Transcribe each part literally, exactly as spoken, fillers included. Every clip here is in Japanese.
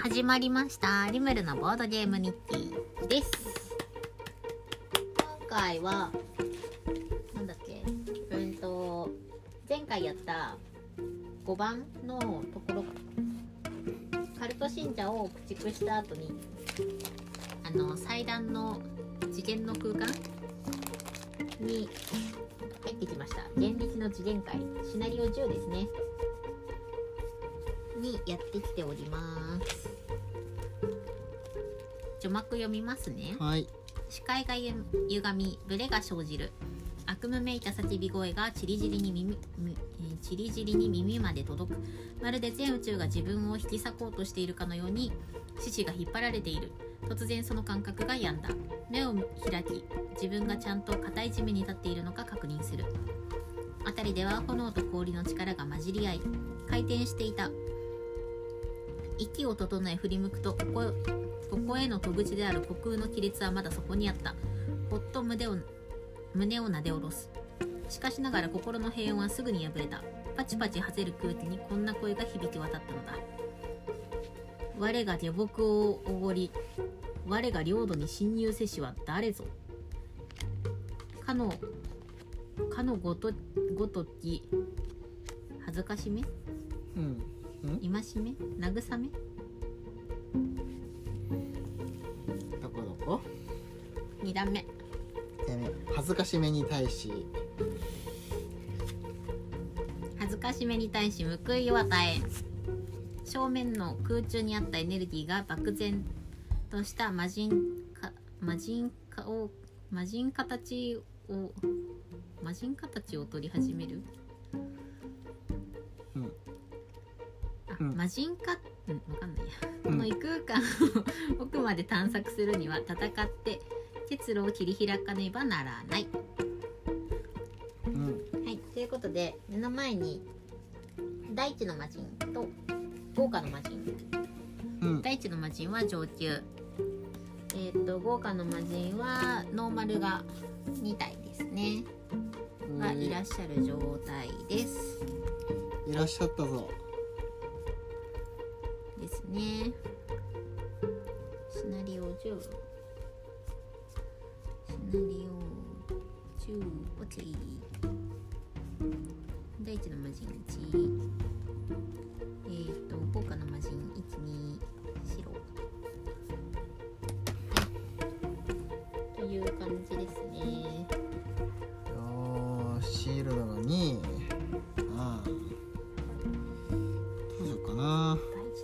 始まりましたリムルのボードゲーム日記です。今回はなんだっけうんと前回やったごばんのところ、カルト信者を駆逐した後にあの祭壇の次元の空間に入ってきました。現実の次元界シナリオじゅうですねにやってきております。序幕読みますね。 はい。 視界がゆ歪み、ブレが生じる。悪夢めいた叫び声がちりぢりに耳、ちりぢりに耳まで届く。まるで全宇宙が自分を引き裂こうとしているかのように、獅子が引っ張られている。突然その感覚が止んだ。目を開き、自分がちゃんと硬い地面に立っているのか確認する。辺りでは炎と氷の力が混じり合い、回転していた。息を整え振り向くと、ここ、ここへの戸口である虚空の亀裂はまだそこにあった。ほっと胸を、胸をなで下ろす。しかしながら心の平穏はすぐに破れた。パチパチはぜる空気にこんな声が響き渡ったのだ。我が下僕をおごり、我が領土に侵入せしは誰ぞ。かの、かのごと、ごとき、恥ずかしめ、 うん。 戒め、慰め、 どこどこ？ に段目。 でね、恥ずかしめに対し恥ずかしめに対し報いを与え、正面の空中にあったエネルギーが漠然とした魔人か魔人かを魔人形を魔人形を取り始める。 うんあ、 うん、 魔人か、うん、わかんないや。 うん、 この異空間を奥まで探索するには戦って結露を切り開かねばならない。 うん、 はい、ということで目の前に大地の魔人と豪華の魔人、 うん、 大地の魔人は上級、えー、と豪華の魔人はノーマルがに体ですね、がいらっしゃる状態です。 いらっしゃったぞ。 ですね。シナリオじゅう、シナリオじゅう、オッケー。大地の魔人いち、えーと豪華の魔人いち、に、白、はいという感じですね。 よーし、シールドがに。ああ、どうしようかな。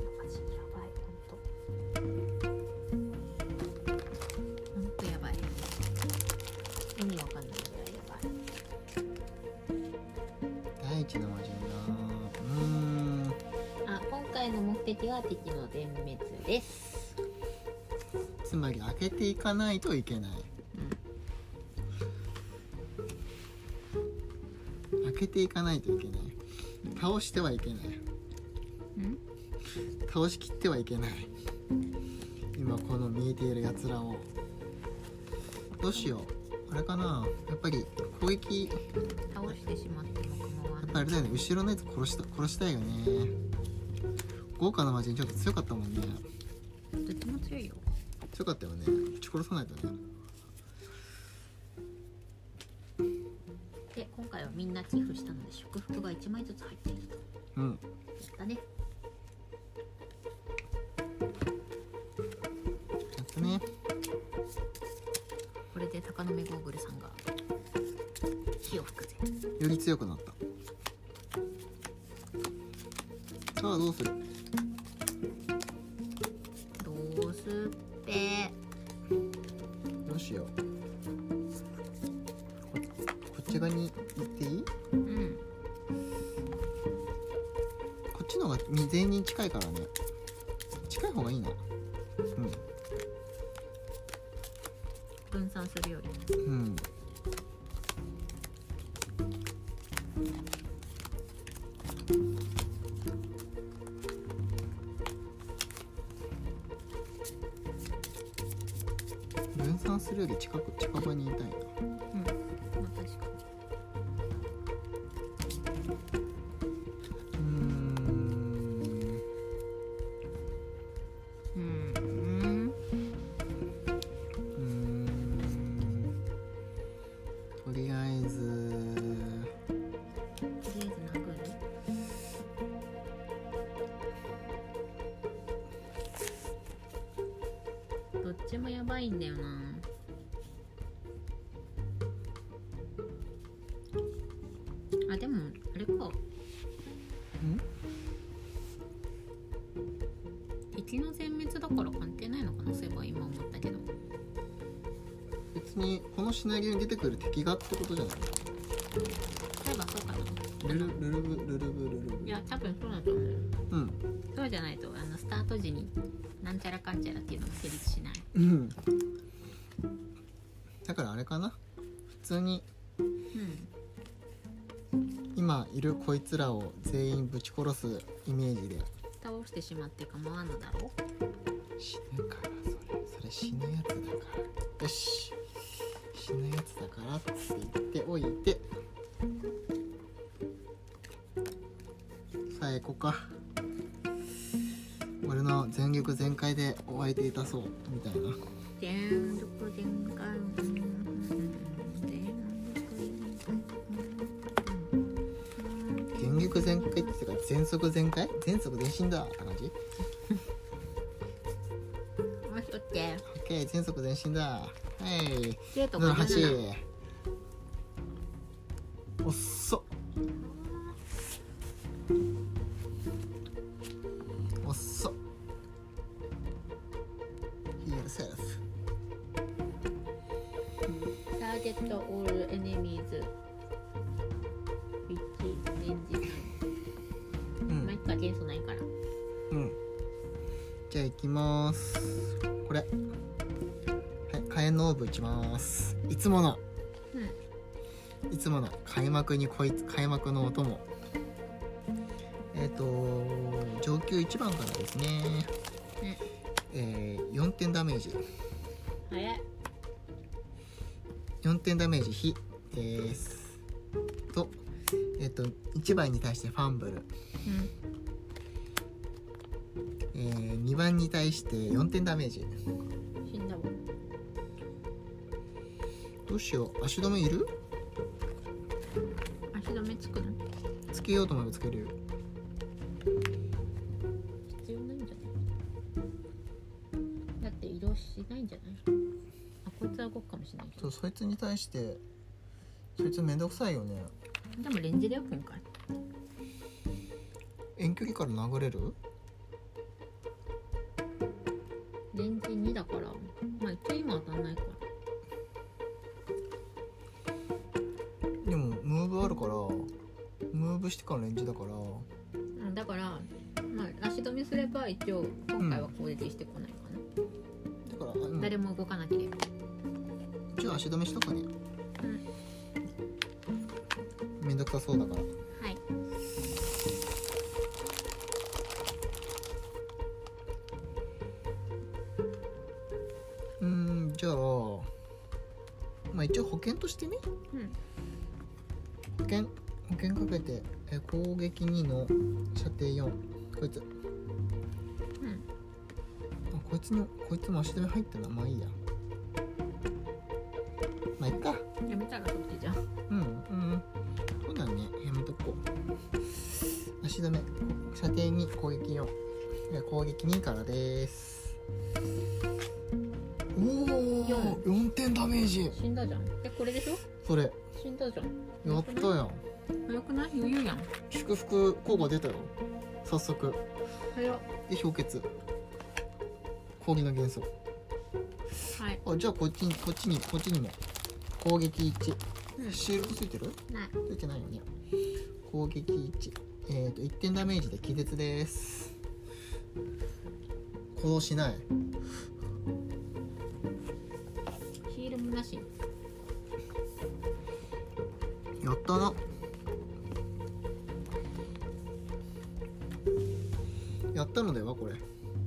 大地の魔人な。うーん。 あ、今回の目的は敵の全滅です。 つまり開けていかないといけない。うん、開けていかないといけない。倒してはいけない。 うん、 倒しきってはいけない。今この見えているやつらをどうしよう。あれかな、やっぱり攻撃倒してしまっても構わない。 やっぱあれだよね、後ろのやつ殺した殺したいよね。豪華な魔人ちょっと強かったもんね。 どっちも強いよ。 強かったよね。撃ち殺さないとね。 で、今回はみんな寄付したので祝福がいちまいずつ入っていると。 うん。 やったね。 やったね。 これで鷹の目ゴーグルさんが火を吹くぜ。 より強くなった。さあどうする？ どうすっぺ。 どうしよう。こ, こっち側に行っていい？ うん。 こっちの方が全員近いからね。近い方がいいな。うん。 分散するより。 うん。分散するより近く近場にいたいな。 うん。まあ確かに。 うーん。 りあえずとりあえず殴る。どっちもやばいんだよな。あ、でもあれか、 ん敵の全滅だから関係ないのかな。そういえば今思ったけど。 別にこのシナリオに出てくる敵がってことじゃない？ そういえばそうかな。 ルルルルブルルブルルブ。 いや多分そうだと思う。 うん。 そうじゃないとあのスタート時になんちゃらかんちゃらっていうのが成立しない。 うん。だからあれかな。普通にうん今いるこいつらを全員ぶち殺すイメージで倒してしまって構わんのだろう。 死ぬからそれそれ死ぬやつだからよし死ぬやつだからって言っておいてさあ行こうか。俺の全力全開でお相手いたそうみたいな。 全力全開全力全開って言ってから全速全開全速全身だって感じ。 もしオッケー。 オッケー全速全身だ。はいゲートのがじゅうなな。 橋おっそおっそヒールセルフターゲットオールエネミーズいちレンジさん。 うんまあいっか元素ないから。 うんじゃあ行きまーす。これはい火炎のオーブ打ちます。いつものうんいつもの開幕にこいつ開幕のお供。えっ、ー、と上級いちばんからですね、 うんえー、よんてんダメージ早い。 よんてんダメージ非ですと、えっ、ー、といちばんに対してファンブル、 うんえー、にばんに対してよんてんダメージ。 死んだわ。 どうしよう足止めいる？ 足止めつくの？ つけようと思えばつけるよ。 必要ないんじゃない？だって移動しないんじゃない？あ、こいつは動くかもしれないけど。 そうそいつに対してそいつめんどくさいよね。 でもレンジだよ今回。 遠距離から流れる？ レンジにだからまあ一応今当たんないから。 でもムーブあるからムーブしてからレンジだからうんだからまあ足止めすれば一応今回は攻撃してこないかな。 だから、うん、 誰も動かなければ。 じゃあ足止めしとくね。 うんめんどくさそうだから。 はい。 うーんじゃあまあ一応保険としてね、 うん保険保険かけてえ攻撃にの射程よんこいつ、 うんあこいつのこいつも足止め入ってるな。まあいいやまあいっか。 やめたらそっちじゃん。 うんうんそうだねやめとこう。足止め射程に攻撃よんえ攻撃にからです。おおよんよんてんダメージ。 死んだじゃん。えこれでしょ？ それ死んだじゃん。 やったやん。 早くない？余裕やん。 祝福効果出たよ早速早っ。 で氷結攻撃の元素。 はい。 あじゃあこっちにこっちにこっちにも攻撃いち、 うんシールドついてる？ ない。 ついてないよね。攻撃いちえっ、ー、といってんダメージで気絶です。行動しない。 ヒールもなし。 やったな。やったのではこれ。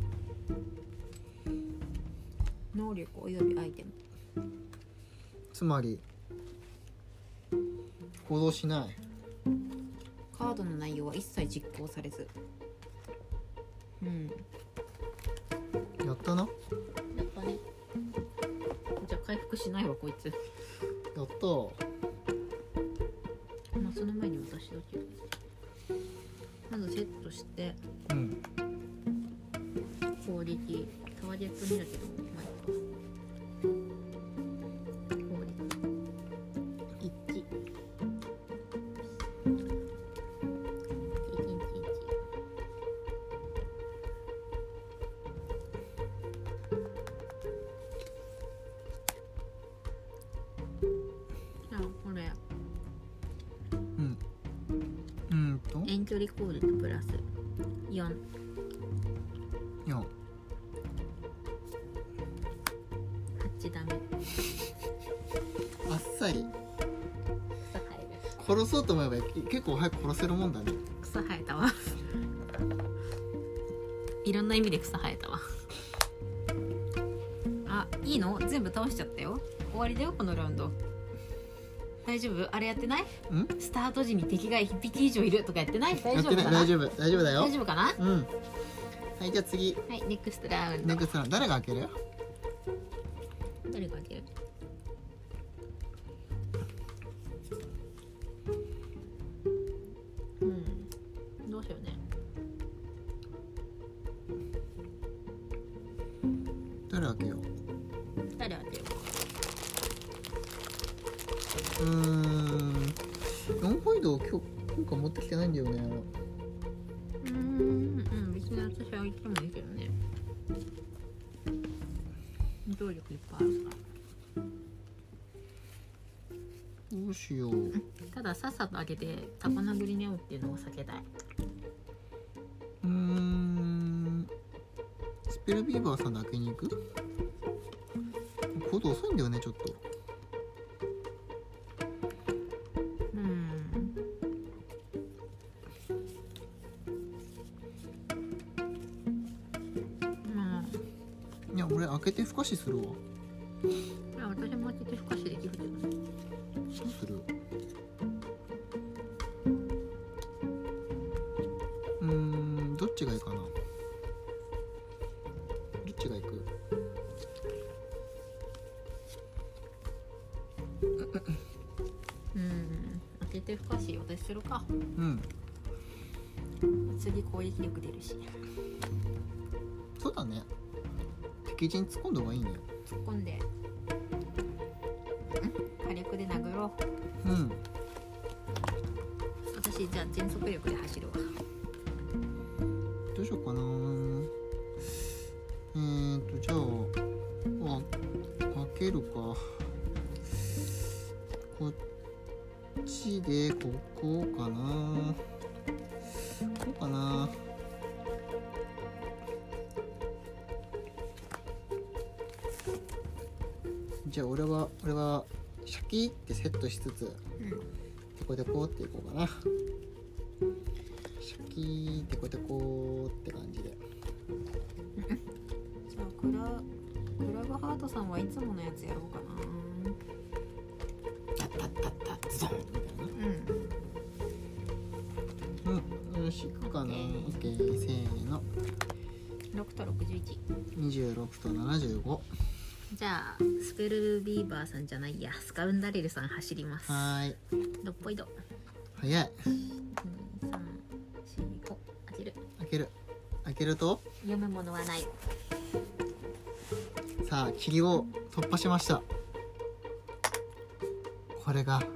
能力およびアイテム。 つまり行動しない。 カードの内容は一切実行されず。うん。 やったな。 やったね。じゃあ回復しないわこいつ。 やった。 ずセットして、 うん攻撃ターゲット見るけど、まあいいか。攻撃いちいちいちいちじゃあこれうんうんと遠距離攻撃プラスよん。 よん。 はちダメ。 あっさり草生える。 殺そうと思えば結構早く殺せるもんだね。 草生えたわ。いろんな意味で草生えたわ。あ、いいの？全部倒しちゃったよ。終わりだよこのラウンド。大丈夫？あれやってない？ ん？ スタート時に敵がいちぴき以上いるとかやってない？大やってない。 丈夫かな？ 大丈夫大丈夫だよ。 大丈夫かな？ うん。はいじゃあ次。 はい、ネクストラウンド。 ネクストラウンド誰が開ける？ 誰が開ける？うん、どうしようね。 誰開けよう？ 誰開けようーんよんホイドを今日今回持ってきてないんだよね。 う？うーん、うん、別に私は言ってもいいけどね。動力いっぱいあるから。 どうしよう。 たださっさと開けてタコ殴りに遭うっていうのを避けたい。 うーんスペルビーバーさんで開けに行く？行動遅いんだよねちょっと。 うん。まあ、 いや俺開けてふかしするわ。 いや私も開けてふかしできるけどね。 そうする。うーんどっちがいいかな。どっちがいく？ うん、開けてふかし私するか。 うん次攻撃力出るし。 そうだね。敵陣突っ込んだ方がいいね。 突っ込んで。ん？火力で殴ろう。 うん私じゃあ全速力で走るわ。 どうしようかな。えーとじゃああ開けるか。こっちでここかな。こうかな。じゃあ俺は俺はシャキってセットしつつ、 うん、 テコテコっていこうかな。シャキーテコテコって感じで。 じゃあクラクラブハートさんはいつものやつやろうかな。 タッタッタッタッズドンみたいな。 うん。 うん、よし行くかな。オッケー、せーの。 ろくとろくじゅういち。 にじゅうろくとななじゅうご。 じゃあスペルビーバーさんじゃないや、スカウンダレルさん走ります。 はーい。 ろっぽいど。 早い。 に、さん、よん、ご。開ける。 開ける。開けると、 読むものはない。 さあ霧を突破しました。これが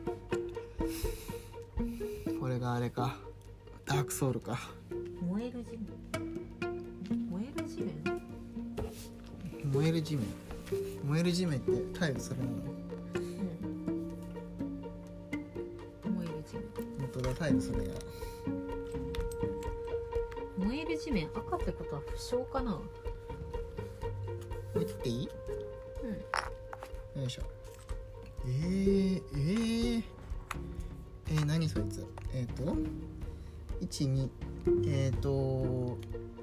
これがあれか、ダークソウルか。 燃える地面。燃える地面。 燃える地面。燃える地面ってタイルそれなの？ うん。燃える地面。 本当だ、タイルそれや。 燃える地面赤ってことは負傷かな。 置いてっていい？ うん。 よいしょ。えー、えー、えー、何そいつ。えっ、ー、といち、に、えっ、ー、と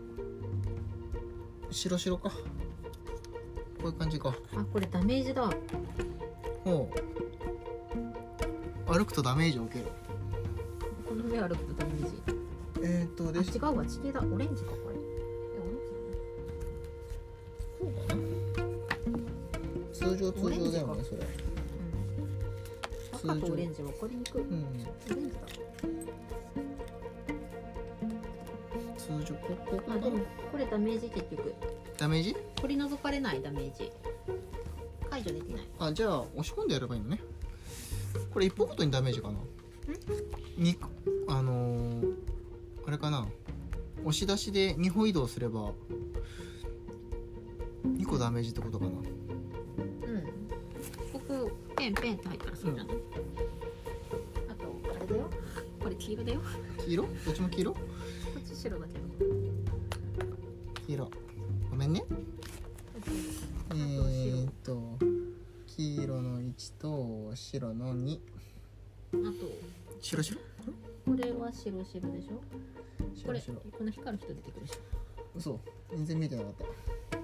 白白か、こういう感じか。 あ、これダメージだ。 ほう、歩くとダメージを受ける。 この上歩くとダメージ。 えっ、ー、とであ、違うわ、地形だ。オレンジかこれ。え、オレンジだね。 こうかな。通常通常だよねそれ。 うん。赤とオレンジ分かりにくい。 うん。 オレンジだ。 通常こここあでもこれダメージ結局ダメージ取り除かれないダメージ解除できない。 あじゃあ押し込んでやればいいのね。これ一歩ごとにダメージかな。にあのー、あれかな、押し出しでに歩移動すればにこダメージってことかな。 うんここペンペンって入ったらそうじゃない、うん、あとあれだよこれ黄色だよ。 黄色どっちも黄色こっち白だけど黄色ごめんね。えーっと黄色のいちと白のに。 あと白白これは白白でしょ。これ白白この光る人出てくるでしょ。 嘘全然見えてなかった。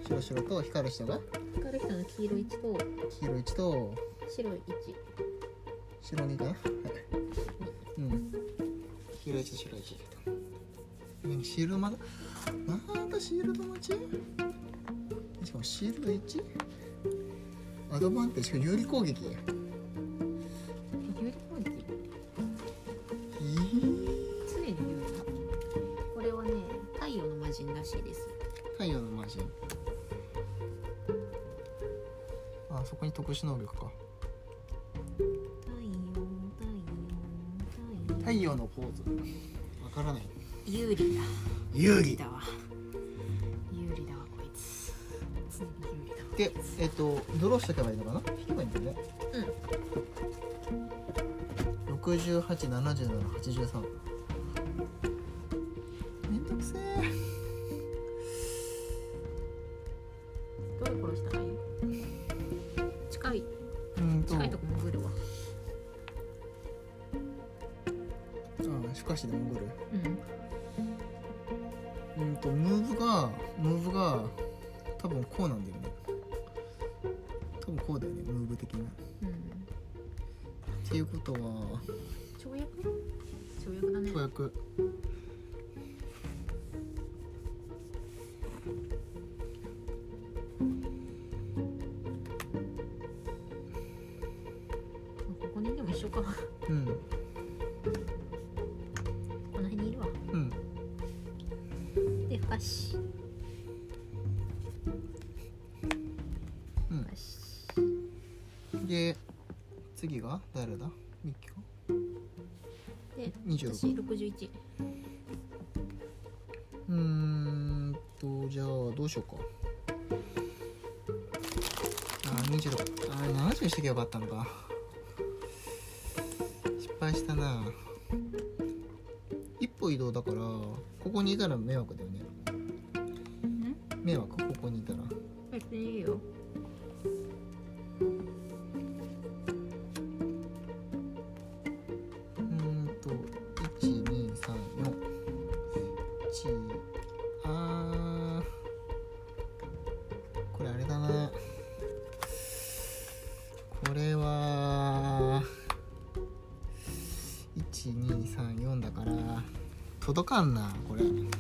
白白と光る人が光る人の黄色いちと黄色いちと白いち白にかな、はい、うん黄色いちと白いち。何シールドまだなんだシールド待ち。しかもシールドいちアドバンテージ有利攻撃。 有利攻撃えー、 常に有利。これはね太陽の魔人らしいです。 太陽の魔人。あそこに特殊能力か。 太陽太陽太陽のポーズわからない。 有利だ有利だわ有利だわこいつ常に有利だわ。 でえっ、とドローしとけばいいのかな。引けばいいんだよね。 うんろくじゅうはち、ななじゅうなな、はちじゅうさん。めんどくせえ。 どれ殺したらいい。近いうんと近いとこ潜るわ。 ああしかしで潜る。 うんうんとムーブがムーブが多分こうなんだよね。多分こうだよねムーブ的に。 うんっていうことは跳躍跳躍だね。 跳躍。 ここにいても一緒か。 うんこの辺にいるわ。 うんでふかしうんふかしで次が誰だミッキーか。 でにじゅうろく。 私ろくじゅういち。 うーんとじゃあどうしようか。あーにじゅうろく。あーななじゅうにしときゃよかったのか。失敗したな。一歩移動だからここにいたら迷惑だよね。迷惑ここにいたら。 別にいいよ。 うーんといちにさんよんいちあーこれあれだな。これはいちにさんよんだから届かんなこれ。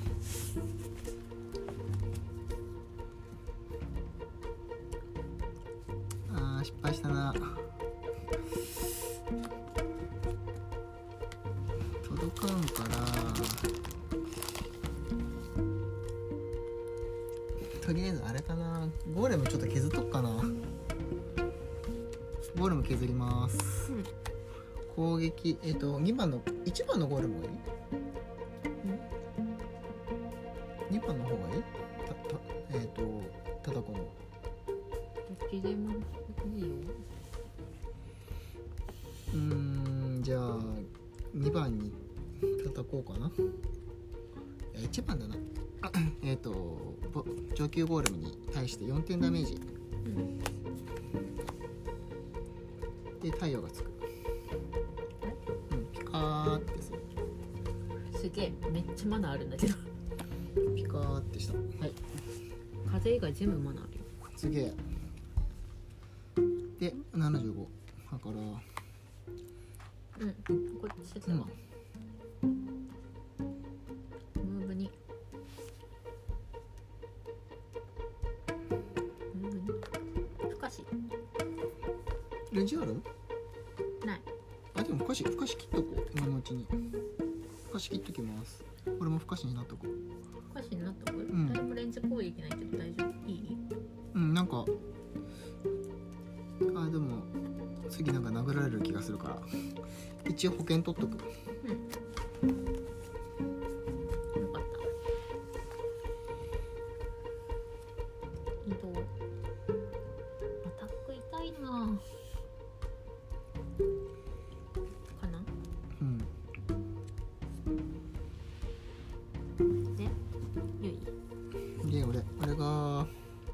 あー失敗したな。届かんからとりあえずあれかな。ゴーレムちょっと削っとくかな。ゴーレム削ります、 うん、 攻撃えっ、ー、とにばんのいちばんのゴーレムがいい、うん、にばんの方がいいたたえっ、ー、と叩くのどっちでもいいよ。 うーんじゃあにばんに叩こうかな。いちばんだなえっと上級ゴーレムに対してよんてんダメージ、 うん、 で太陽がつく。うん、ピカーってする。 すげえめっちゃマナーあるんだけどピカーってした。はい風以外全部マナーあるよ。 すげえ。でななじゅうごだからうんこっちだわ、うん、ムーブにムーブにふかしレンジある？ ない。 あでもふかしふかし切っとこう今のうちに。ふかし切っときます。これもふかしになっとこう。 歌詞になった方がいい、 うん誰もレンジ攻撃ないけど大丈夫？いい？ うんなんかあでも次なんか殴られる気がするから一応保険取っとく。 よかった移動アタック痛いなかなうんでゆいで俺俺が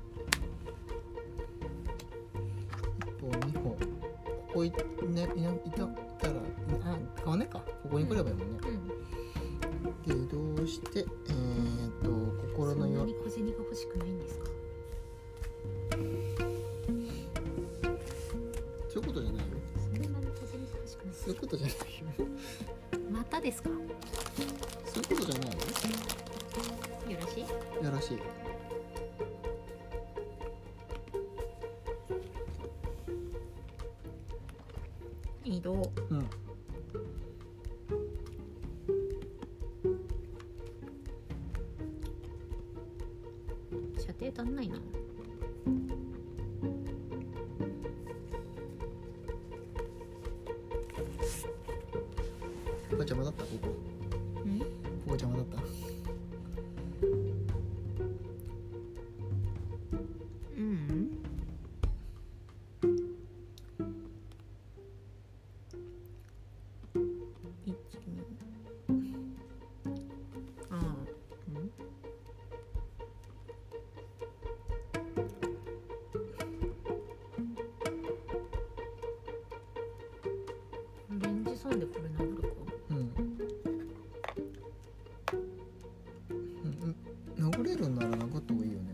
いっぽんにほんここい,、ね、いないたたらあ買わねえかここに来ればいいもんね、 うんで移動してえー、っと心のよそんなに小銭が欲しくないんですか？ そういうことじゃないよそんなに小銭が欲しくない。 そういうことじゃないよまたですか？よそういうことじゃないよろしい？ よろしい移動うん射程足んないな。 ここ邪魔だったここうんここ邪魔だったうん一二ああうんレンジさんでこれ殴るか？ うんうんうん殴れるんなら殴った方がいいよね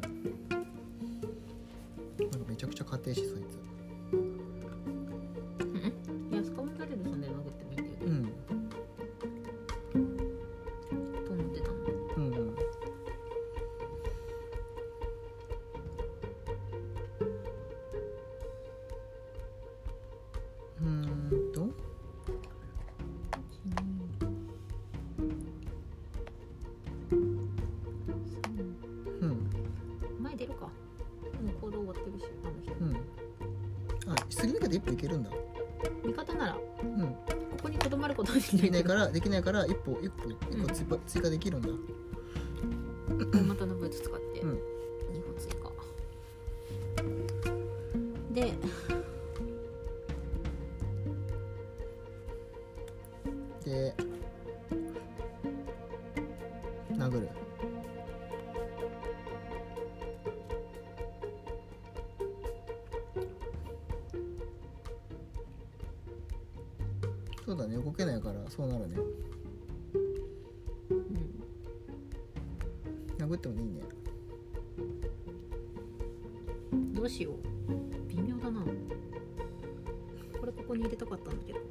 なんかめちゃくちゃ家庭しそいついやスカウンダレルさんで殴ってもいいんだよね。 うんと思ってたの。 うんうんうーんとうん前出るか。もう行動終わってるし、あの人。 うんあすり抜けて一歩いけるんだ味方ならこうんこにとどまることはできできないないけど。 からできないから一歩一歩一歩追加追加できるんだ大股のブーツ使ってうんにほ追加。で、 で殴るそうだね動けないからそうなるねうん、 殴ってもいいねどうしよう。微妙だな。これここに入れたかったんだけど。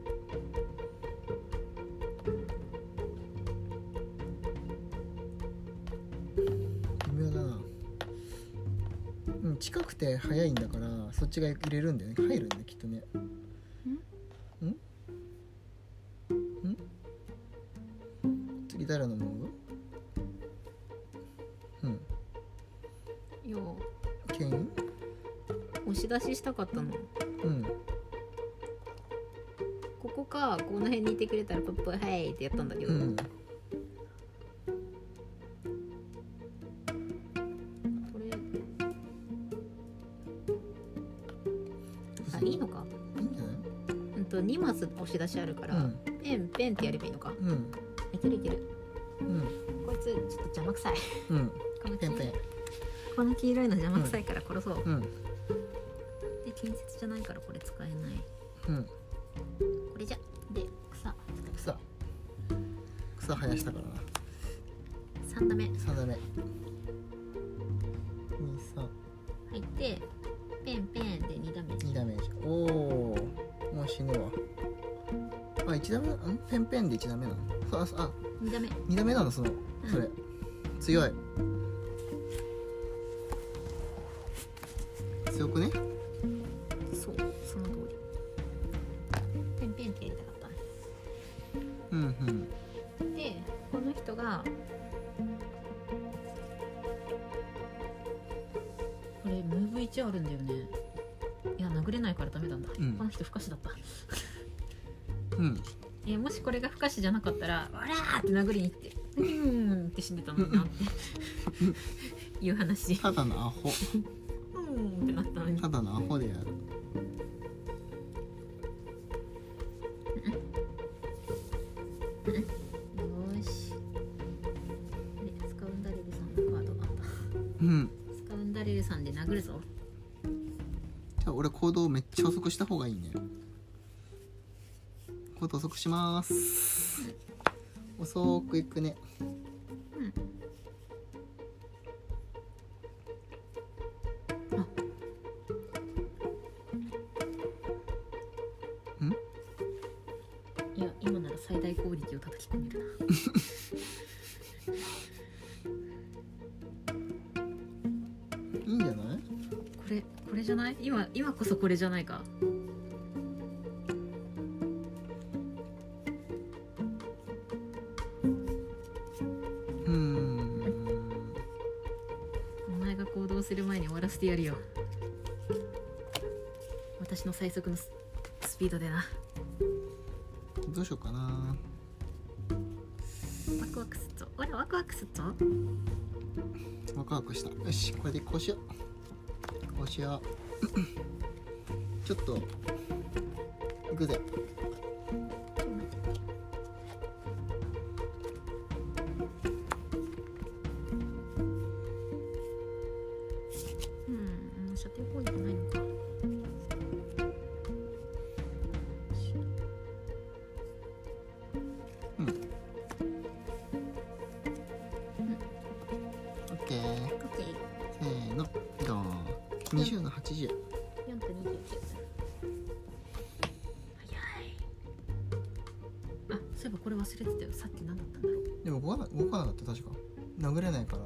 微妙だなうん近くて早いんだからそっちが入れるんだよね入るんだよきっとねんん次誰の思ううんいや、 ケイン押し出ししたかったの。 うんここか、この辺にいてくれたらプップはいってやったんだけど。 うんとりあえずあ、いいのか。 いいんじゃないうんとにマス押し出しあるから、 うんペンペンってやればいいのか。 うんいけるいける。 うんこいつちょっと邪魔くさい。 うんこの黄ペンペンこの黄色いの邪魔くさいから殺そう。 うんで建設じゃないからこれ使えない。 うんこれじゃで草草草生やしたからなさん打目さん打目にさん入ってペンペンでにダメージ。 にダメージおおもう死ぬわあいち打目んペンペンでいち打目なのそうあそうあに打目。 に打目なのそのそれ、強い強くねそうその通り。ペンペンってやりたかったね。 うんうんでこの人がこれムーブいちあるんだよね。いや殴れないからダメなんだ、 うんこの人不可視だったうんいやもしこれが不可視じゃなかったらわらーって殴りに行ってうーんって死んでたのになっていう話。 ただのアホ。 うーんってなったのに。 ただのアホである。 よーし。でスカウンダレルさんのカードなんだ。 うんスカウンダレルさんで殴るぞ。 じゃあ俺行動めっちゃ遅くした方がいいね。行動遅くします。遅くいくね。 いや今なら最大攻撃を叩き込めるな。 いいんじゃない？ これこれじゃない？今今こそこれじゃないか。 うーん。 お前が行動する前に終わらせてやるよ。私の最速のススピードでな。 どうしようかな。 ワクワクすっぞ。ほらワクワクすっぞ。 ワクワクした。よし、これでこうしよう。こうしよう。ちょっといくぜ。 うん射程攻撃ないのか。 オッケー。 オッケー。 せーの、ドーン。にじゅうのはちじゅう。 よんとにじゅうきゅう。早い。あ、そういえばこれ忘れてたよ。さっき何だったんだろう。 でも動かな動かなかった確か。殴れないから。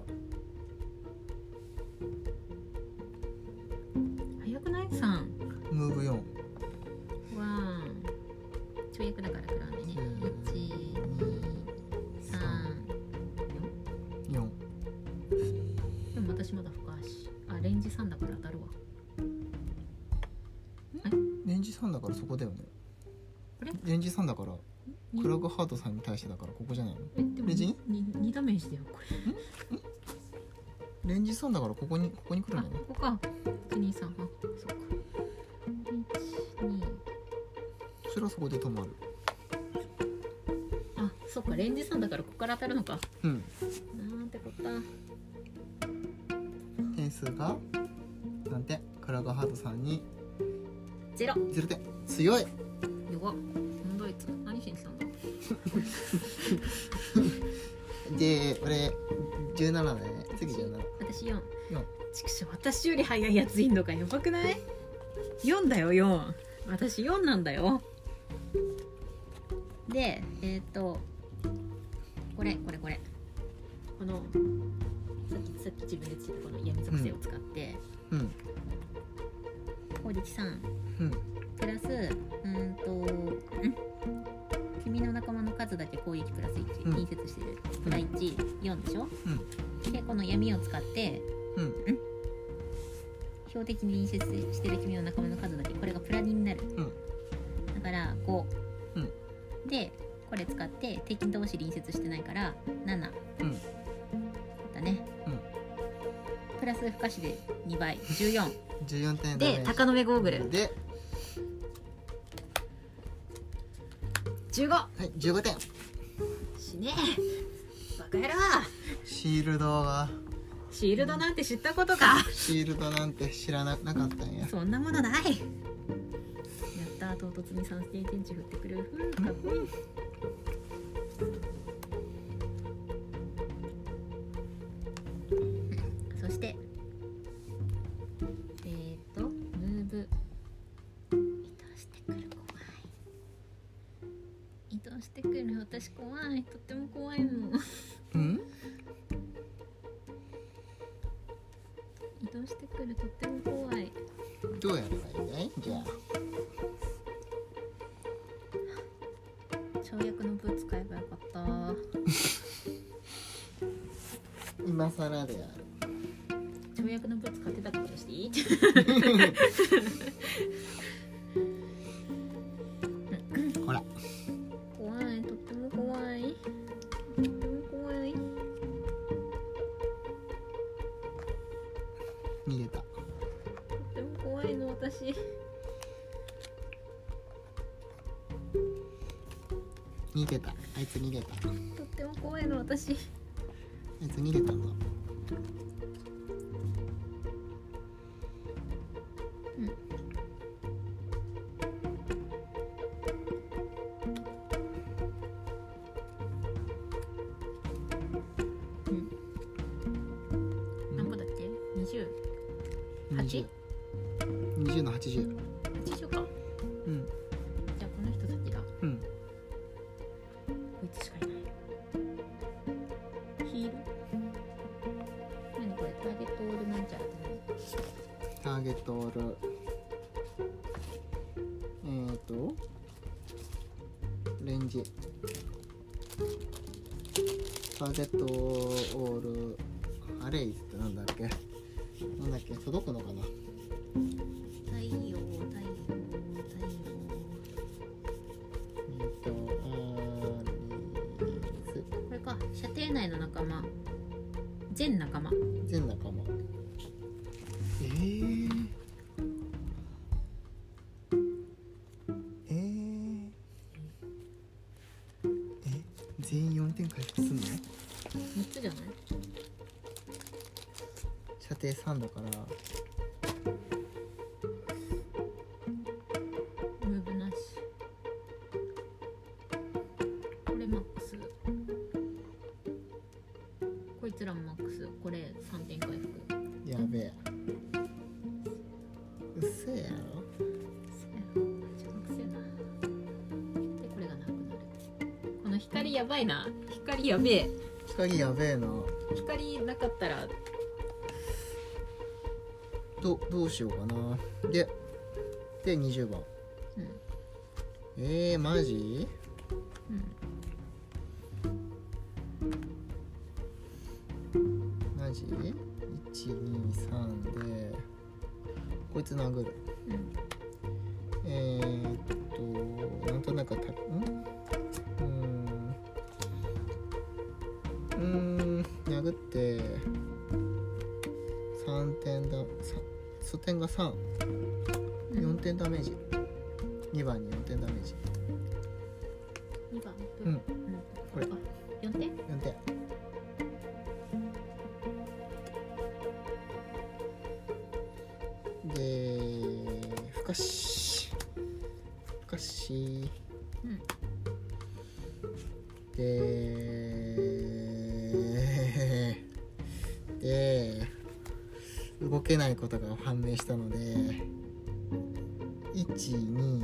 早くない？さん。 ムーブよん。 わーん。跳躍だから食らうんでね。いち、に、さん、よん。 よん。 でも私まだ不可視。あ、レンジさんだから当たるわ。 レンジさんだからそこだよね。 あれレンジさんだからにクラグハートさんに対してだからここじゃないの？ え、でもレンジににダメージだよこれ。 レンジさんだからここにここに来るあ、 んだね。 ここか。いち、に、さん、あ、そっか。いち、に。 それはそこで止まる。 あ、そっか。レンジさんだからここから当たるのか。 うん。 なんてこった。 点数がなんてクラグハートさんにゼロ。 ゼロてん。強い。 弱っ。なんだあいつ。何しに来たんだ。 で俺じゅうななだね。次じゅうなな。 私よん。 よん。 ちくしょう、私より早いやついんのか。やばくない？ よん だよ、よん。私よんなんだよ。で、えっと、これ、これ、これ。この、さっき、さっき自分でついたこの闇属性を使って、 うん攻撃さん、 うんプラス、うーんと、ん君の仲間の数だけ攻撃プラスいち、 うん隣接してる。プラいち、よんでしょ？ うんで、この闇を使って、 うん標的に隣接してる君の仲間の数だけ、これがプラにになる。 うんだからご、 うんでこれ使って敵同士隣接してないからななうんだね、 うんプラス不可視でにばいじゅうよんじゅうよんてんダメージで鷹の目ゴーグルで、 じゅうご。 はいじゅうごてん。 死ねえバカ野郎。 シールドがシールドなんて知ったことか。 シールドなんて知らななかったんや。 そんなものない。やったー、唐突にさんてん天地振ってくる。うん、かっこいい。そしてえーとムーブ移動してくる。怖い。移動してくる。私怖い。とっても怖いの。 うん移動してくる。とっても怖い。 どうやればいいんだい？じゃあ跳躍のブー使えばよかった。 今更である。 ようやくのブツ買ってたことにしていい？ ほら怖い、とっても怖い、とっても怖い。 逃げた。 とっても怖いの私。 逃げた。あいつ逃げた。 とっても怖いの私。 あいつ逃げたぞ。 はち？ にじゅうのはちじゅう。 はちじゅうか。 うん。 じゃあこの人先だ。 うん。 こいつしかいない。ヒール？何これ？ターゲットオールなんちゃらってターゲットオール。えーとレンジ。ターゲットオールアレイズってなんだっけ？なんだっけ、届くのかな。 太陽、太陽、太陽。 えっと、あーこれか、射程内の仲間。全仲間。 全仲間。えー、えー、え、全員よんてん回復すんの？ みっつじゃない？ 射程さんだからムーブなし。これマックス。こいつらもマックス。これさんてん回復。 やべえ。うっせえやろ。 小学生な。でこれがなくなる。この光やばいな。光やべえ。 光やべえな。 光なかったらどどうしようかな。ででにじゅうばん。 うん、 えー、マジ？ うん、 マジ ?いち、に、さん でこいつ殴る。 うん、 えー、っとなんとなくたんうーんうーん殴ってさんてんだ、素点がさん、 うん、 よんてんダメージ、にばんによんてんダメージ、 にばん、 うん、 うん、 これあ、よんてん？ よんてんで、ふかしふかし、 うん、 でで動けないことが判明したのでいち、に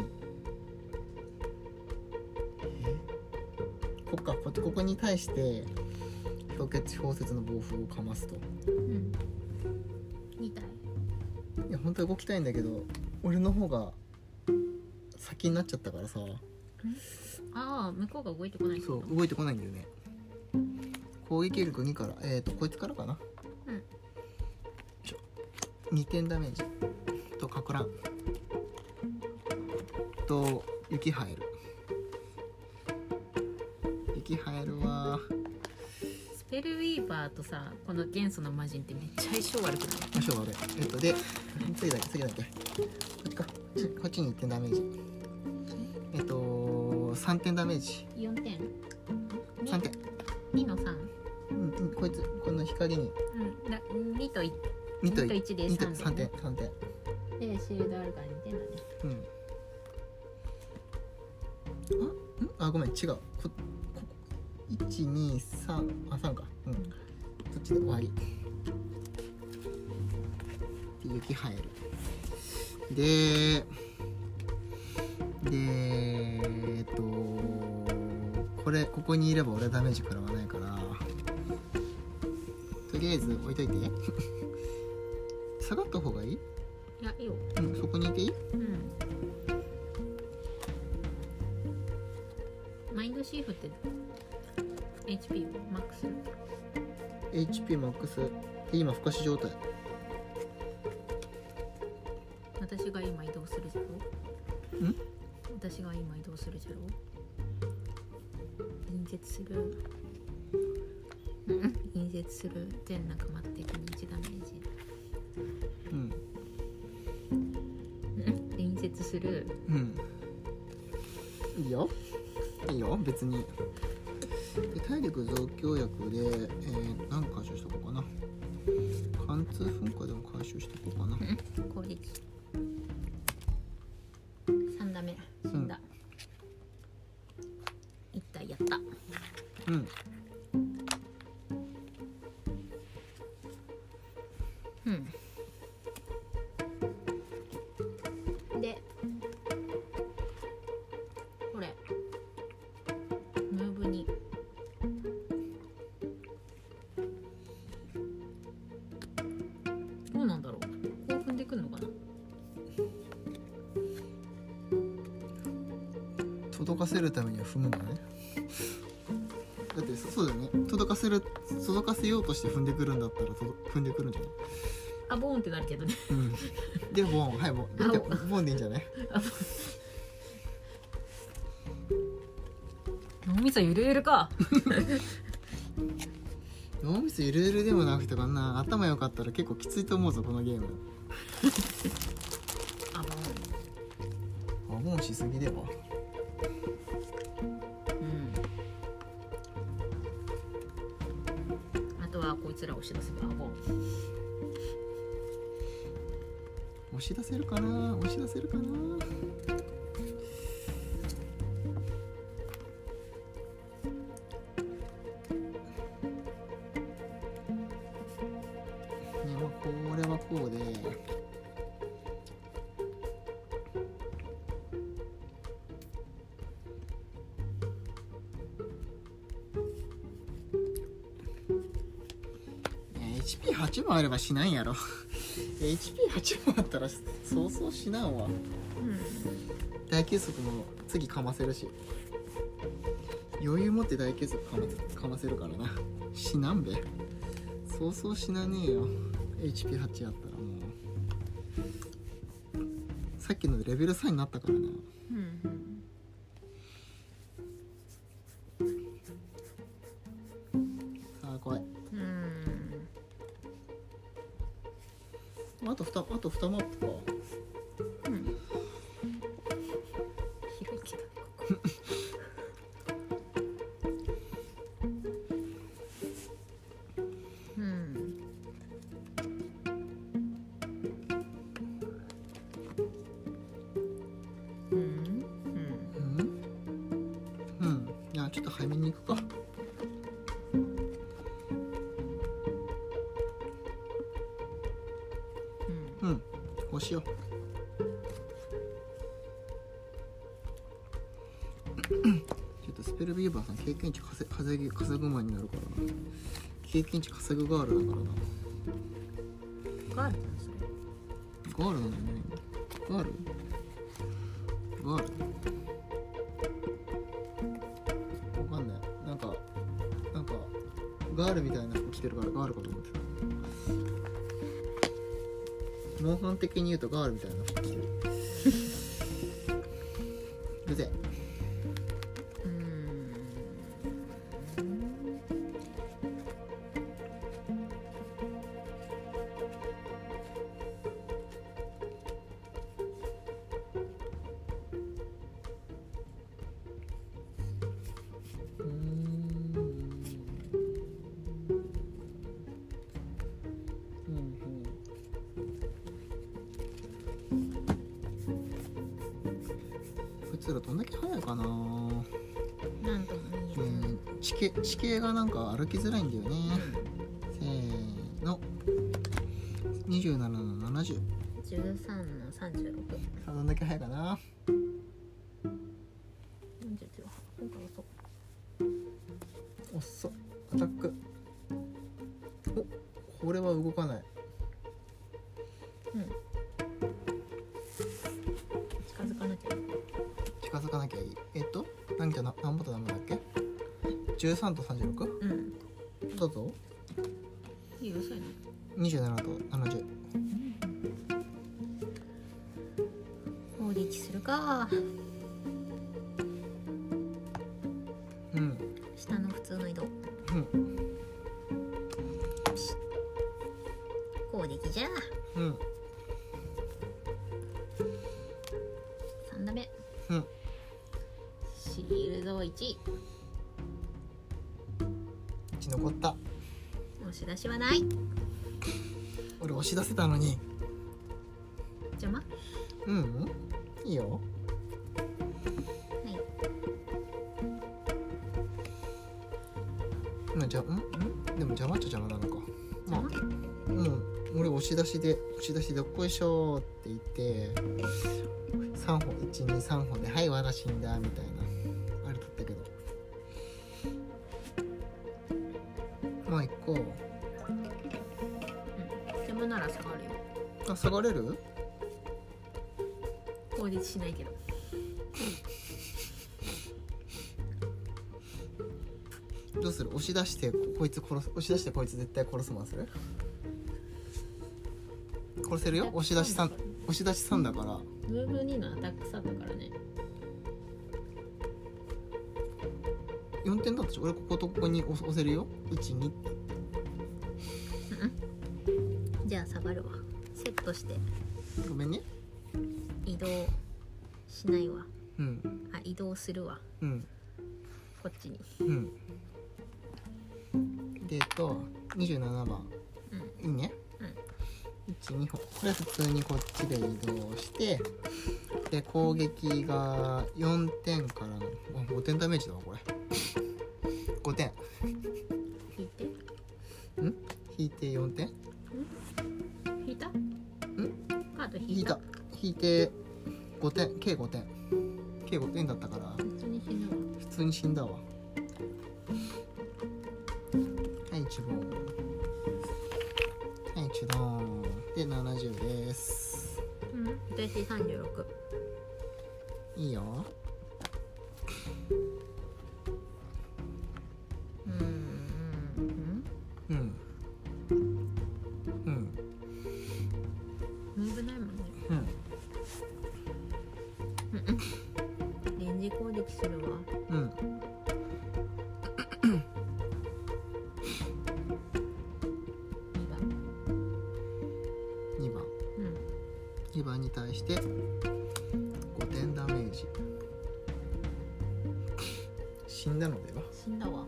ここかこここに対して氷結氷雪の暴風をかますと、 うん、に体。 いや本当は動きたいんだけど俺の方が先になっちゃったからさ、 ああ、向こうが動いてこない。 そう動いてこないんだよね。攻撃力にからえっ、ー、とこいつからかな。 うん、 にてんダメージとかく乱と雪ハエル。雪ハエルはスペルウィーバーとさ、この元素の魔人ってめっちゃ相性悪くない？ 相性悪い。えっとで次だけ次だけこっちかこっちにいってんダメージ。えっとさんてんダメージ。 よんてん？ さんてん。 にのさん。 うん、うん、こいつこの光に。 うん、だにといち。 にといちでさんてん。 さんてんさんてん。 でシールドあるからにてんだね。 うん。あ、んあごめん違う。ここいち、に、さんあさんか。うん。そっちで終わり。で雪生える。ででえっとこれここにいれば俺はダメージ食らわないからとりあえず置いといて下がった方がいい？ いやいいよ。 うんそこにいていい？ うん。マインドシーフって エイチピー マックス？ エイチピー マックスで今ふかし状態。 私が今移動するじゃろ。 ん私が今移動するじゃろ。隣接するうん隣接する全仲間的にいちダメージ。 うんうん隣接するうんいいよいいよ別に。で体力増強薬で、えー、何回収しとこうかな。貫通噴火でも回収しとこうかな。 うん攻撃さんダメ死んだ、いったやった。 うんうんでこれムーブにどうなんだろう。こう踏んでくんのかな。 届かせるためには踏むんだね。だってそそうだよね。届かせる届かせようとして踏んでくるんだったらと踏んでくるんじゃない？ あボーンってなるけどね。 うんでボーンはいボーンでボーンでいいんじゃない？ 脳みそゆるゆるか。 脳みそゆるゆるでもなくてかな。頭良かったら結構きついと思うぞこのゲーム。 あボーンあボーンしすぎでは。 あとはこいつらを押し出せばボン。 押し出せるかな押し出せるかな。ねまあこれはこうでエイチピーはち もあればしないんやろ。エイチピーはち もあったらそうそうしなんわ。 うん大休息も次かませるし、余裕持って大休息かませ、かませるからな。しなんべそうそうしなねえよ。 エイチピーはち やったらもうさっきのでレベルさんになったからな。 うんさあ怖い。 うんあと2あとにマップか。 うん広いけどねここ。うんうんうんうんいやちょっと早めに行くか。うんこうしよう。ちょっとスペルビーバーさん経験値稼稼ぎ稼ぐ前になるからな。経験値稼ぐガールだからな。 ガールじゃんそれ。 ガールなんだよね。ガールガールわかんない。なんかなんかガールみたいな服着てるからガールかと思ってた。モンハン的に言うとガールみたいな服着てる。うぜうーんうんこいつらどんだけ速いかな。 なんとも言えうんず、 地形地形がなんか歩きづらいんだよね。せーのにじゅうななのななじゅう。 じゅうさんのさんじゅうろく。 さあどんだけ速いかな。 よんじゅうきゅう。今回遅っ。 おっそアタック。おこれは動かない。 うん近づかなきゃいい。 近づかなきゃいい。えっと何と何ぼと何ぼだっけ。じゅうさんとさんじゅうろく。 うんどうぞ。 いいよそういうの。 にじゅうななとななじゅう。 か。 うん。 下の普通の移動。 うん。 攻撃じゃ。 うん。 さん打目。 うん。 シールドいち。 いち残った。 押し出しはない。 俺押し出せたのに。 邪魔。 うん。いいよ。 はい。 まあ、じゃ、ん、ん、でも邪魔っちゃ邪魔なのか。まあ、 邪もう、俺押し出しで、押し出しで、どっこいしょーって言って。さんほん、いち、に、さんほんで、はい、わら死んだみたいな。あれだったけど。まあ、行こう。 邪魔なら下がるよ。 あ、下がれる？ 攻撃しないけど。 どうする？押し出してこ、こいつ殺す。押し出してこいつ絶対殺すもんする？殺せるよ。押し出しさん、押し出しさんだから。 ムーブにのアタックさだからね。 よんてんだったし、俺こことここに押せるよ。いち、に。 じゃあ下がるわ。セットしてごめんね。 移動しないわ。 うん。 あ、移動するわ。 うん。 こっちに。 うん。で、えっと、にじゅうななばん。 うん。 いいね。 うん。 いち、にほん。これは普通にこっちで移動して、で、攻撃がよんてんからの、あ、ごてんダメージだわ、これ。ごてん。 引いて。 ん？引いてよんてん？ 引いた？ん？カード引引いた。 いた。 引いてごてん、計ごてん。計ごてんだったから、 普通に死ぬわ。 普通に死んだわ。はい、いちご。はい、いちどん。で、ななじゅうです。 うん。私さんじゅうろく。 いいよ。 うん。うん。 うん。うん。 ムーブないもんね。 うん。 うん。レンジ攻撃するわ。 うん。にばん。 うん。 にばんに対してごてんダメージ。死んだのでは？ 死んだわ。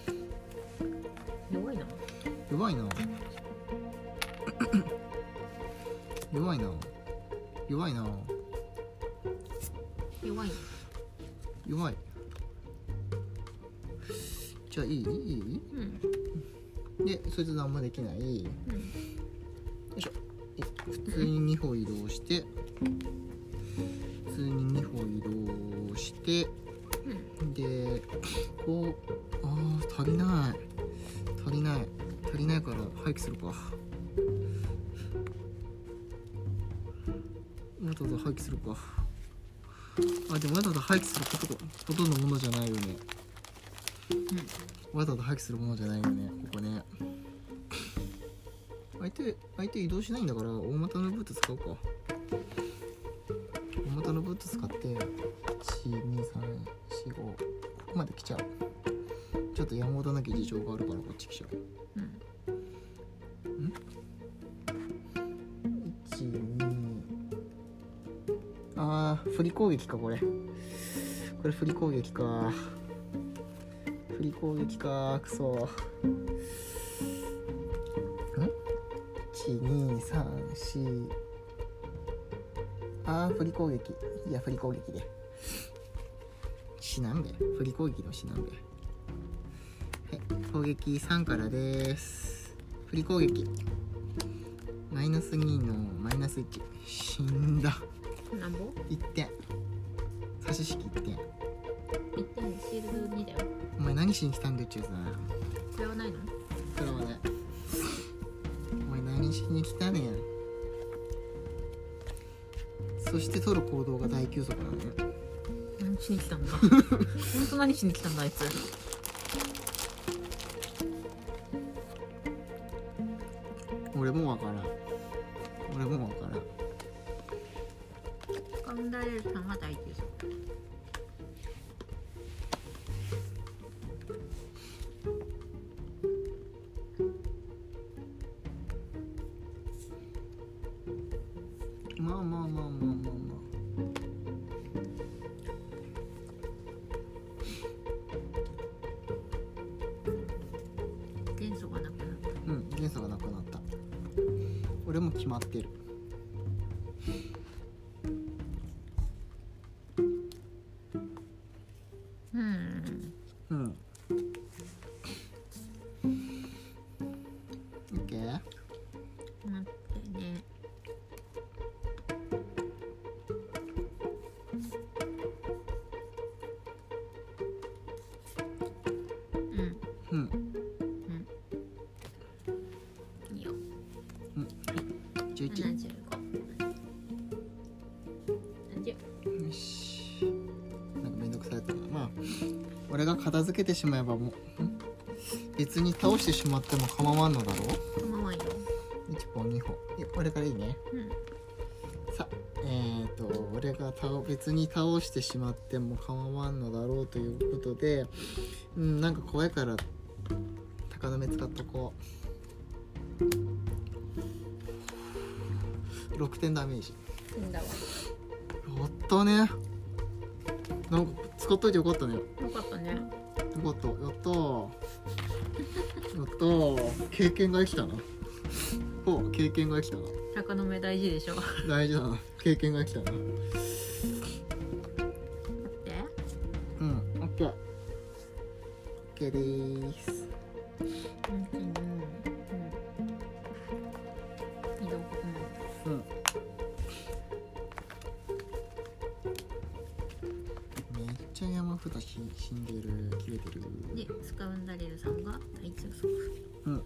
弱いな。 弱いな。弱いな。弱いな。 弱いな。 弱い。じゃあいい？いい？ うん。 で、そいつ何もできない。 うん。 よいしょ。普通ににほ移動して、普通ににほ移動して、 うん。 で、こう、あー、足りない。足りない。足りないから廃棄するか。わざわざ廃棄するか。あ、でもわざわざ廃棄することほとんどものじゃないよね。わざわざ廃棄するものじゃないよね、ここね。相手、相手移動しないんだから、大股のブーツ使うか。大股のブーツ使って、いち、に、さん、よん、ご、ここまで来ちゃう。ちょっとやむを得なき事情があるから、こっち来ちゃう。 うん。 ん ?いち、に、あー、振り攻撃か、これ。これ振り攻撃か。振り攻撃か、くそ。ん ?いち、に、さん、よん。あー、振り攻撃。いや、振り攻撃で。死なんべ。振り攻撃の死なんべ。はい、攻撃さんからです。振り攻撃。マイナスにのマイナスいち。死んだ。 なんぼ？ いってん。差し引きいってん。 いってんシールドにだよ。 お前何しに来たんだよ、ちゅうさん。 これはないの？ これはね。お前何しに来たねん。そして取る行動が大休息なのね。 何しに来たんだ。本当何しに来たんだあいつ。 俺もわからん。俺もわからん。 カウンダレルさんが大休息。 まあまあまあまあまあまあ。 元素がなくなった。 うん、元素がなくなった。俺も決まってる。 うんうん。オッケー。 待ってね。うんうん。 いいよ。 十一。 ななじゅうご。ななじゅう。 よし。なんかめんどくさいやつだな。まあ俺が片付けてしまえばもうん別に倒してしまっても構わんのだろう。 構わんよ。 いちぽんにほん。いや俺からいいね。 うんさえっ、ー、と俺が倒別に倒してしまっても構わんのだろうということで、うんなんか怖いから鷹の目使っとこう。ろくてんダメージ。 いいんだわ。 やったね。なんか使っといてよかったね。よよかったね。 かった。やったー。やったー。経験が生きたな。お経験が生きたな。 鷹の目大事でしょ。待大事だな。経験が生きたな。 って。 うん。オッケー。オッケーでーす。 うんうんうん。移動ここまうん。めっちゃ山札し死んでる。切れてる。 で。で、スカウンダレルさんが大休息。 うん。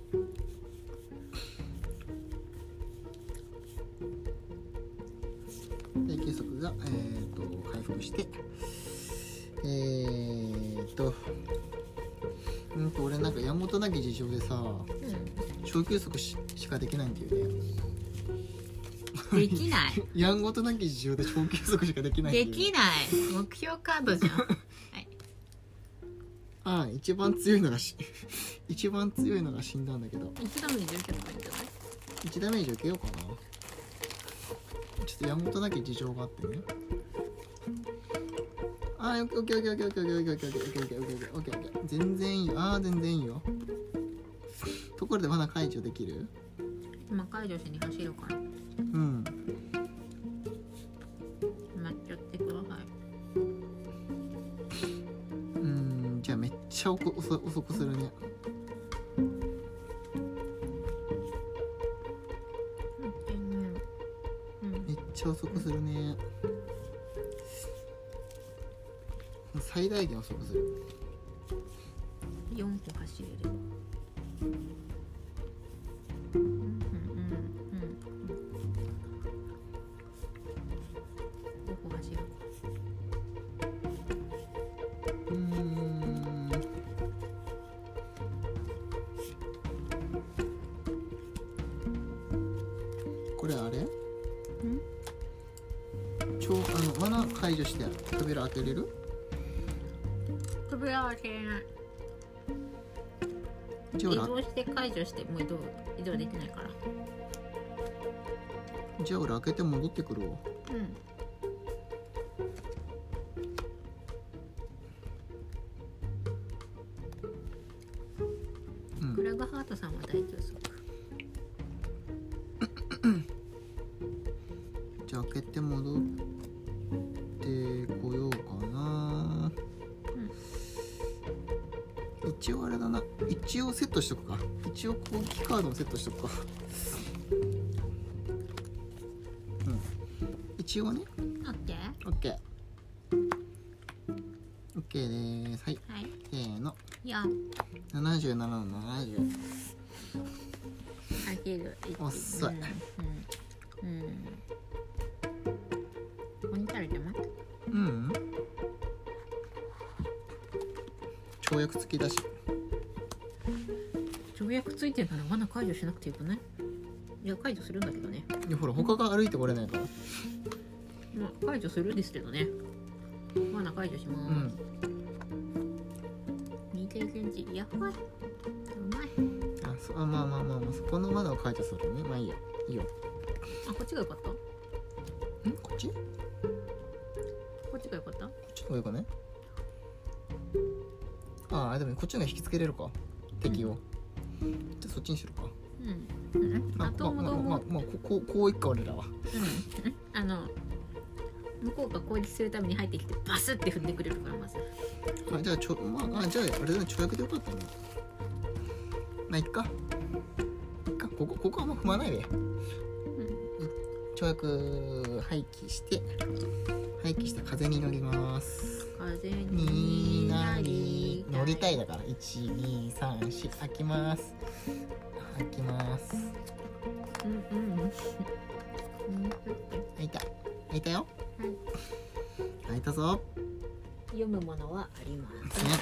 で、計測が、えー、と回復して、えーと、うんと俺なんかやんごとなき事情でさ、 う小休息 し, しかできないんだよね。 ん。できない。 やんごとなき事情で小休息しかできないんだよね。 できない。目標カードじゃん。はい。 ああ、一番強いのがし一番強いのが死んだんだけど、 一ダメージ受けたらいいんじゃない？ いちダメージ受けようかな。ちょっとやんごとなき事情があってね。あー、オッケーオッケーオッケーオッケーオッケーオッケーオッケーオッケーオッケーオッケーオッケーオッケーオッケーオッケー全然いいよ。あー全然いいよ。ところでまだ解除できる？ 今解除しに走るから。 うん。 待っちゃってください。 うーん、じゃあめっちゃ遅遅遅くするね。めっちゃ遅くするね。最大限遅くする。 よんこ走れる。うんうんうんうん。ごこ走る。 うーん。これあれ？超あの罠解除して扉開けれる？ 扉は開けれない。移じゃあ俺動して解除してもう移動移動できないから。 じゃあ俺開けて戻ってくるわ。 うん。 うん。 クラブハートさんは大休息。 じゃあ開けて戻ってこようかな。うん、一応あれだな。一応セットしとくか。一応攻撃カードもセットしとくか。うん。一応ね。 オッケー。 オッケー。オッケーでーす。はい。 はい。 せーの。 よん。 ななじゅうななのななじゅう。 かけるいち。 遅い。 うん。うん。うん。鬼食べてます？ うん。跳躍付きだし。 条約ついてるなら罠解除しなくてよくない？いや解除するんだけどね。 いやほら他が歩いてこれないから。 まあ解除するですけどね。まだ解除しうます。 ん。 にてんセンチ、やばい。うまい。 あ、そあまあまあまあまあ、そこの窓を解除するね。まあいいよ。いいよ。 あ、こっちがよかった。こんこっちこっちがよかった。 っちの方がよくね。ああ、でもこっちの方が引きつけれるか。敵を。じゃあそっちにするか。 うん。うん。 まあ、 あともどうも。 まあまあまあ、こう、こういっか俺らは。 うん。あの。向こうが攻撃するために入ってきてバスって踏んでくれるからまず。 あ、じゃあちょ、まあ、あ、じゃああれだね、跳躍でよかったね。まあいっか。いっか、ここ、ここはもう踏まないで。 うん。 跳躍廃棄して廃棄した風に乗ります。 風ににななりり乗りたいだからいちにさんし開きます開きますうんうんうん開いた開いたよ、 はい、 開いたぞ。 読むものはありますね。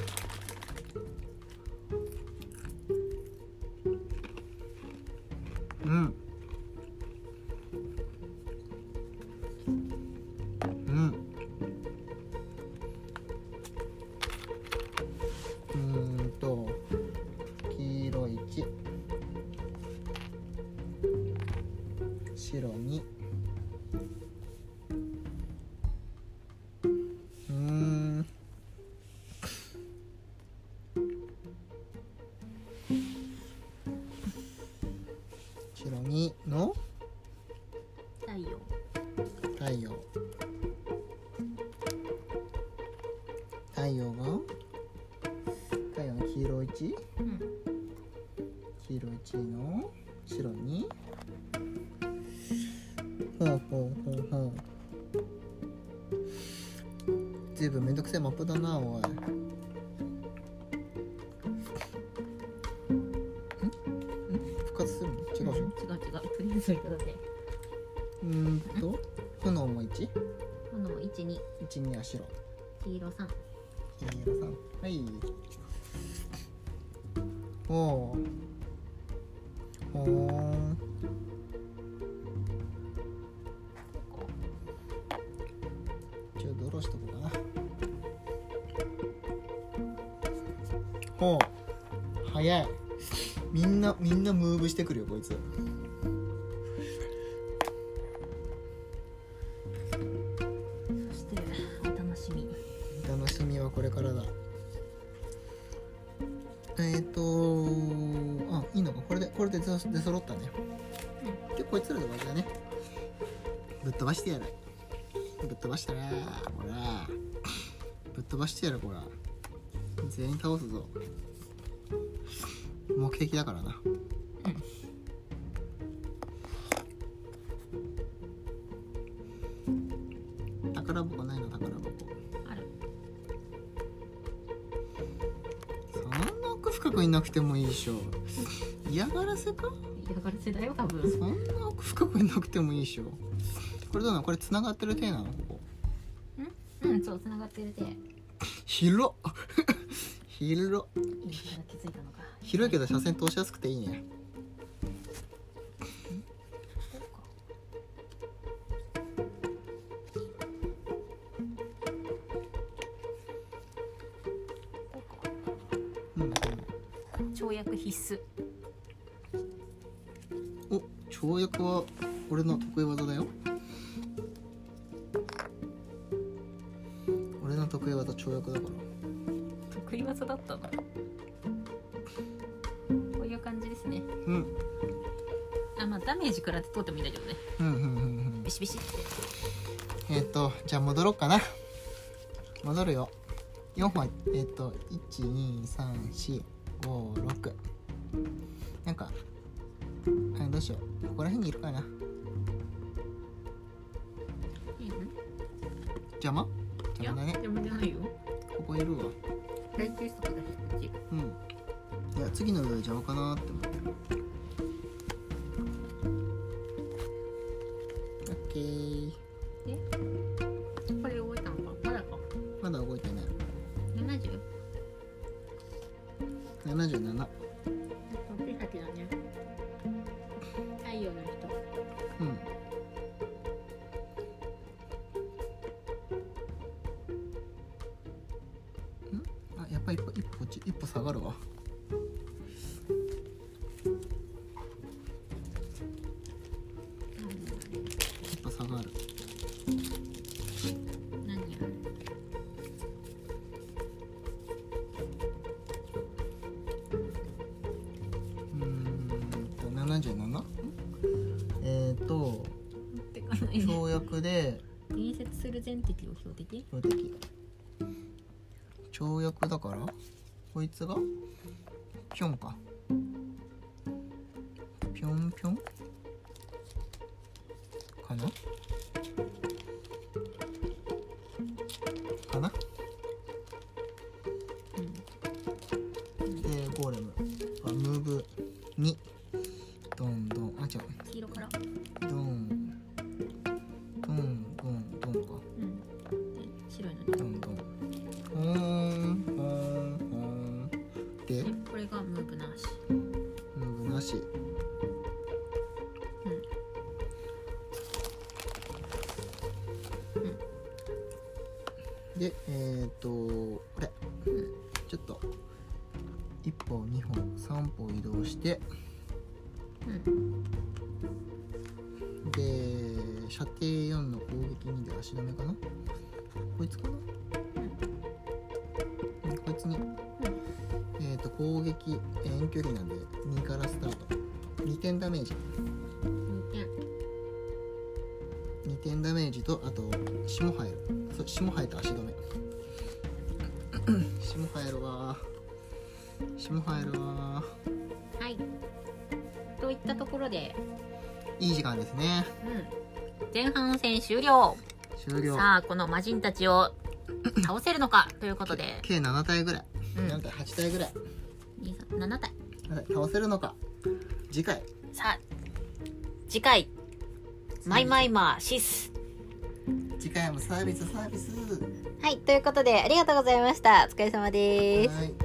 うんうんうーんと黄色いち白にうーん白にの太陽太陽太陽が太陽の黄色いちうん黄色いちの白にほうほうほうほうずいぶんめんどくさいマップだなおい。ん復活するの違うでしょ、 違う違うとりあえずそれだけうーんと炎もいち炎いちにいちには白黄色さん黄色さんはいおーほーんちょっとドローしとこうかな。ほう早い。みんなみんなムーブしてくるよこいつ。 そしてお楽しみ楽しみはこれからだ。えっ、ー、とあいいのかこれでこれで出揃ったね。でこいつらで終わりだね。ぶっ飛ばしてやる。ぶっ飛ばしたらほらぶっ飛ばしてやるほら全員倒すぞ。目的だからな。宝箱ないの宝箱ある。 そんな奥深くいなくてもいいでしょ。嫌がらせか嫌がらせだよ多分。 そんな奥深くいなくてもいいでしょ。これどうなのこれ繋がってる体なのここ。 うんそう繋がってるで広っ広っ今から気づいたのか。 広いけど車線通しやすくていいね。うんうん跳躍必須。 お跳躍は俺の得意技だよ。俺の得意技跳躍だから。 得意技だったの。こういう感じですね。 うんあまあダメージ食らって通ってもいいんだけどね。 うんうんうんうんビシビシって。 えっ、ー、とじゃあ戻ろうかな。戻るよ。よんほんえっ、ー、といちにさんしごろくなんかあどうしようここら辺にいるかな。 いいの？ 邪魔いや邪魔だね。 邪魔じゃないよ。 ここいるわ。 大テストだしこっち。 うんいや次の上で邪魔かなって思ってる。オッケー。 でこれ動いたのかまだか。 まだ動いてない。 ななじゅう？ ななじゅうなな。 と手先だね。太陽の人。 うん下がるわ。やっぱ下がる。 何やる？ うーんとななじゅうなな？えっ、ー、と持ってかないね。 跳躍で隣接する全敵を標的？ 標的跳躍だからこいつがピョンか。ピョンピョンかなかな、 うん、 でゴーレムあムーブにどんどんあ違う黄色から。 どんどんどんどんどんか。 うんで白いのにどんどんほーんほーんほーんでこれがムーブなし。 ムーブなし。でえっ、ー、とこれ、うん、ちょっといっぽにほんさんぽ移動して、 うん、 で射程よんの攻撃にで足止めかな。こいつかな、うん、こいつに、うん、えっ、ー、と攻撃遠距離なんでにからスタート。にてんダメージ、にてんダメージとあと霜入る。そう霜入った足止め霜入るわ霜入るわ。 はいといったところでいい時間ですね。 うん前半戦終了。 終了。 さあこの魔人たちを倒せるのかということで計ななたいぐらい、 うん、 ななたいはちたいぐらいななたい倒せるのか。次回さあ次回マイマイマーシス。 次回もサービスサービス。 はいということでありがとうございました。お疲れ様です。 はい。